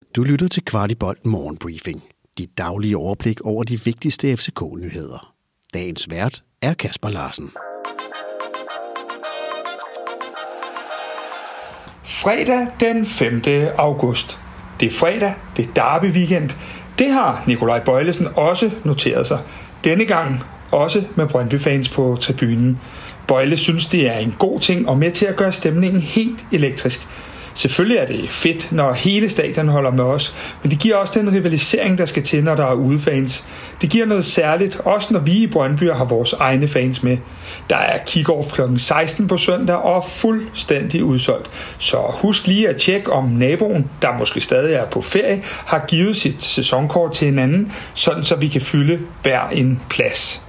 Du lytter til Kvartibolt Morgenbriefing. Dit daglige overblik over de vigtigste FCK-nyheder. Dagens vært er Kasper Larsen. Fredag den 5. august. Det er fredag, det er derby weekend. Det har Nikolaj Bøjlesen også noteret sig. Denne gang også med Brøndby-fans på tribunen. Bøjle synes, det er en god ting og med til at gøre stemningen helt elektrisk. Selvfølgelig er det fedt, når hele stadion holder med os, men det giver også den rivalisering, der skal til, når der er udefans. Det giver noget særligt, også når vi i Brøndby har vores egne fans med. Der er kick-off kl. 16 på søndag og fuldstændig udsolgt. Så husk lige at tjekke, om naboen, der måske stadig er på ferie, har givet sit sæsonkort til hinanden, sådan så vi kan fylde hver en plads.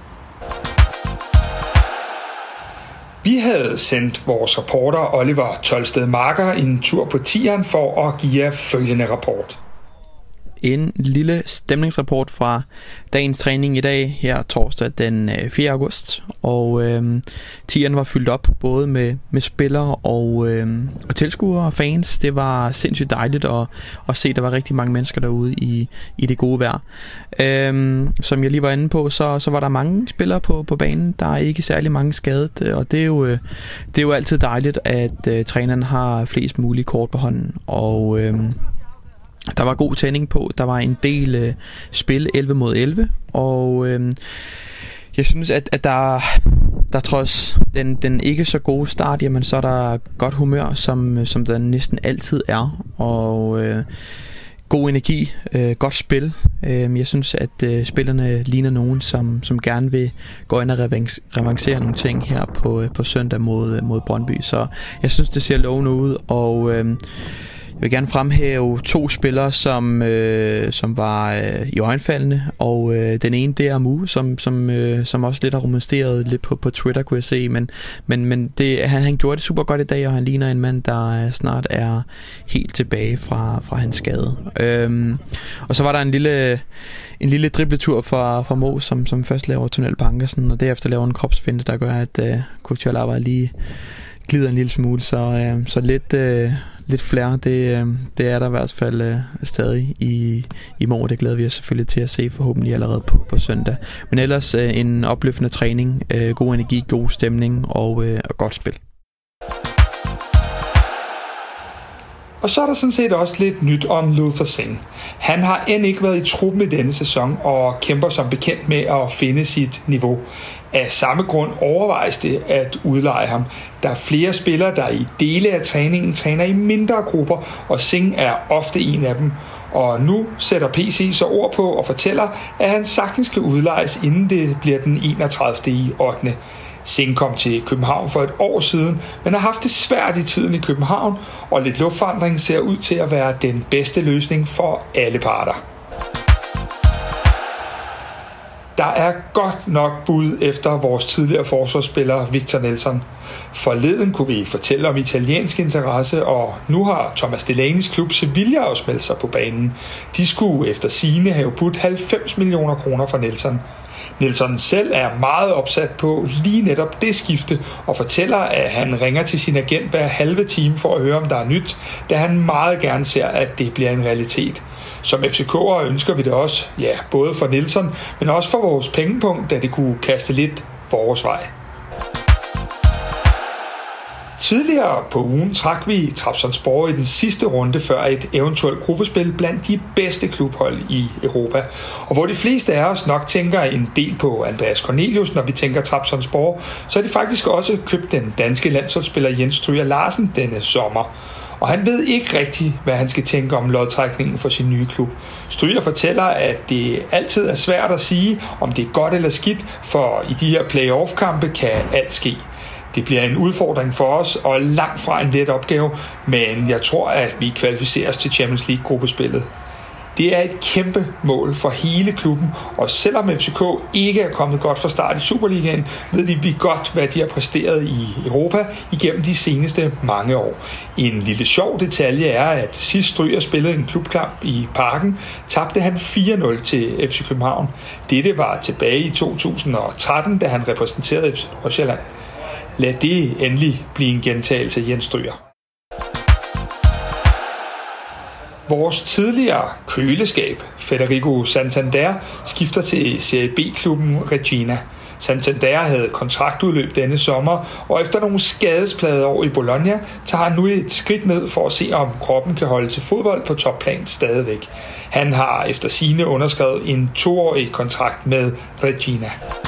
Vi havde sendt vores reporter Oliver Tolsted Marker en tur på Tieren for at give jer følgende rapport. En lille stemningsrapport fra dagens træning i dag, her torsdag den 4. august. Og Tieren var fyldt op både med spillere og tilskuere og fans. Det var sindssygt dejligt at se, der var rigtig mange mennesker derude i det gode vejr. Som jeg lige var inde på, så var der mange spillere på banen. Der er ikke særlig mange skadet, og det er jo altid dejligt, at træneren har flest mulige kort på hånden. Og der var god tænding på. Der var en del spil 11 mod 11, og jeg synes, at der trods den ikke så gode start, jamen så er der godt humør, som der næsten altid er, og god energi, godt spil. Jeg synes, at spillerne ligner nogen, som gerne vil gå ind og revancere nogle ting her på søndag mod Brøndby. Så jeg synes, det ser lovende ud, og jeg vil gerne fremhæve 2 spillere, som var i øjenfaldende, og den ene, det er Amu, som også lidt har rumsteret lidt på Twitter, kunne jeg se, men han gjorde det super godt i dag, og han ligner en mand, der snart er helt tilbage fra hans skade. Og så var der en lille dribletur fra Mo, som først laver tunnelbankersen, og derefter laver en kropsfinte, der gør, at Kutyalava lige glider en lille smule, så lidt flere, det er der i hvert fald stadig i morgen. Det glæder vi os selvfølgelig til at se forhåbentlig allerede på søndag. Men ellers en opløftende træning, god energi, god stemning og godt spil. Og så er der sådan set også lidt nyt om Luther Singh. Han har end ikke været i truppen i denne sæson og kæmper som bekendt med at finde sit niveau. Af samme grund overvejes det at udleje ham. Der er flere spillere, der i dele af træningen træner i mindre grupper, og Singh er ofte en af dem. Og nu sætter PC så ord på og fortæller, at han sagtens skal udlejes, inden det bliver den 31. i 8. Singh kom til København for et år siden, men har haft det svært i tiden i København, og lidt luftforandring ser ud til at være den bedste løsning for alle parter. Der er godt nok bud efter vores tidligere forsvarsspiller Victor Nelsson. Forleden kunne vi fortælle om italiensk interesse, og nu har Thomas Delaney's klub Sevilla også meldt sig på banen. De skulle efter sigende have budt 90 millioner kroner for Nelsson. Nelsson selv er meget opsat på lige netop det skifte og fortæller, at han ringer til sin agent hver halve time for at høre, om der er nyt, da han meget gerne ser, at det bliver en realitet. Som FCK'ere ønsker vi det også, ja, både for Nelsson, men også for vores pengepunkt, da det kunne kaste lidt vores vej. Tidligere på ugen trak vi Trabzonspor i den sidste runde før et eventuelt gruppespil blandt de bedste klubhold i Europa. Og hvor de fleste af os nok tænker en del på Andreas Cornelius, når vi tænker Trabzonspor, så er de faktisk også købt den danske landsholdsspiller Jens Stryger Larsen denne sommer. Og han ved ikke rigtigt, hvad han skal tænke om lodtrækningen for sin nye klub. Stryger fortæller, at det altid er svært at sige, om det er godt eller skidt, for i de her playoff-kampe kan alt ske. Det bliver en udfordring for os, og langt fra en let opgave, men jeg tror, at vi kvalificerer os til Champions League-gruppespillet. Det er et kæmpe mål for hele klubben, og selvom FCK ikke er kommet godt fra start i Superligaen, ved vi godt, hvad de har præsteret i Europa igennem de seneste mange år. En lille sjov detalje er, at sidst Stryger spillede en klubkamp i Parken, tabte han 4-0 til FC København. Dette var tilbage i 2013, da han repræsenterede FC Nordsjælland. Lad det endelig blive en gentagelse, Jens Stryger. Vores tidligere køleskab, Federico Santander, skifter til Serie B-klubben Regina. Santander havde kontraktudløb denne sommer, og efter nogle skadesplagede år i Bologna, tager han nu et skridt ned for at se, om kroppen kan holde til fodbold på topplan stadigvæk. Han har efter sigende underskrevet en 2-årig kontrakt med Regina.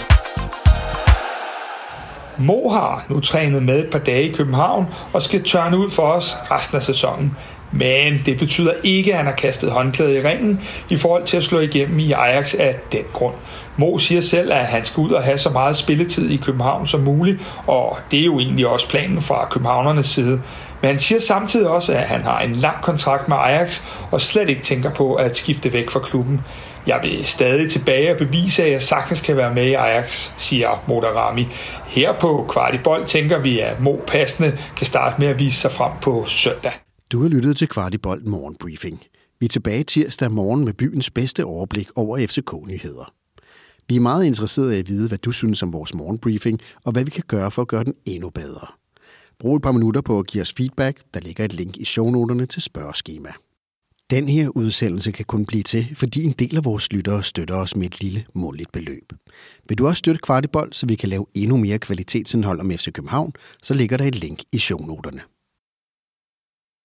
Mo har nu trænet med et par dage i København og skal tørne ud for os resten af sæsonen. Men det betyder ikke, at han har kastet håndklædet i ringen i forhold til at slå igennem i Ajax af den grund. Mo siger selv, at han skal ud og have så meget spilletid i København som muligt, og det er jo egentlig også planen fra københavnernes side. Men han siger samtidig også, at han har en lang kontrakt med Ajax og slet ikke tænker på at skifte væk fra klubben. Jeg vil stadig tilbage og bevise, at jeg sagtens kan være med i Ajax, siger Mo Darami. Her på Kvartibold tænker vi, at Mo passende kan starte med at vise sig frem på søndag. Du har lyttet til Kvartibold Morgenbriefing. Vi er tilbage tirsdag morgen med byens bedste overblik over FCK-nyheder. Vi er meget interesserede i at vide, hvad du synes om vores morgenbriefing, og hvad vi kan gøre for at gøre den endnu bedre. Brug et par minutter på at give os feedback. Der ligger et link i shownoterne til spørgeskema. Den her udsendelse kan kun blive til, fordi en del af vores lyttere støtter os med et lille månedligt beløb. Vil du også støtte Kvartibold, så vi kan lave endnu mere kvalitetsindhold om FC København, så ligger der et link i shownoterne.